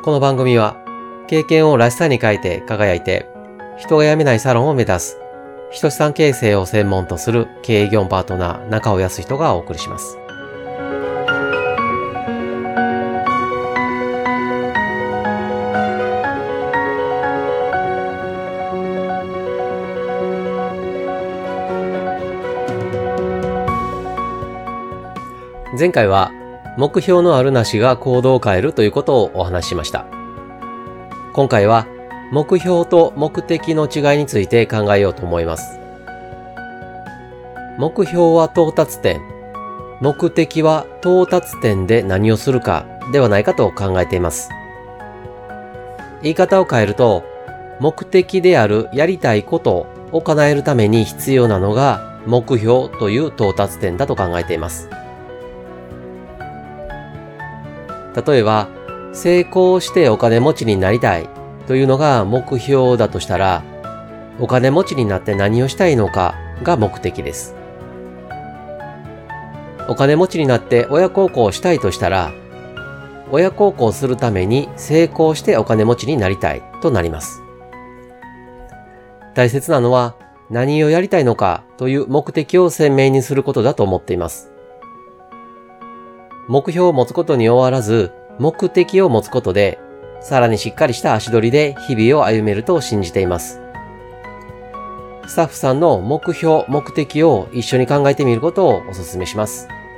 この番組は経験をらしさに変えて輝いて人が辞めないサロンを目指す人資産形成を専門とする経営業パートナー中尾康人がお送りします。前回は目標のあるなしが行動を変えるということをお話ししました。今回は目標と目的の違いについて考えようと思います。目標は到達点、目的は到達点で何をするかではないかと考えています。言い方を変えると、目的であるやりたいことを叶えるために必要なのが目標という到達点だと考えています。例えば、成功してお金持ちになりたいというのが目標だとしたら、お金持ちになって何をしたいのかが目的です。お金持ちになって親孝行をしたいとしたら、親孝行するために成功してお金持ちになりたいとなります。大切なのは何をやりたいのかという目的を鮮明にすることだと思っています。目標を持つことに終わらず、目的を持つことで、さらにしっかりした足取りで日々を歩めると信じています。スタッフさんの目標、目的を一緒に考えてみることをお勧めします。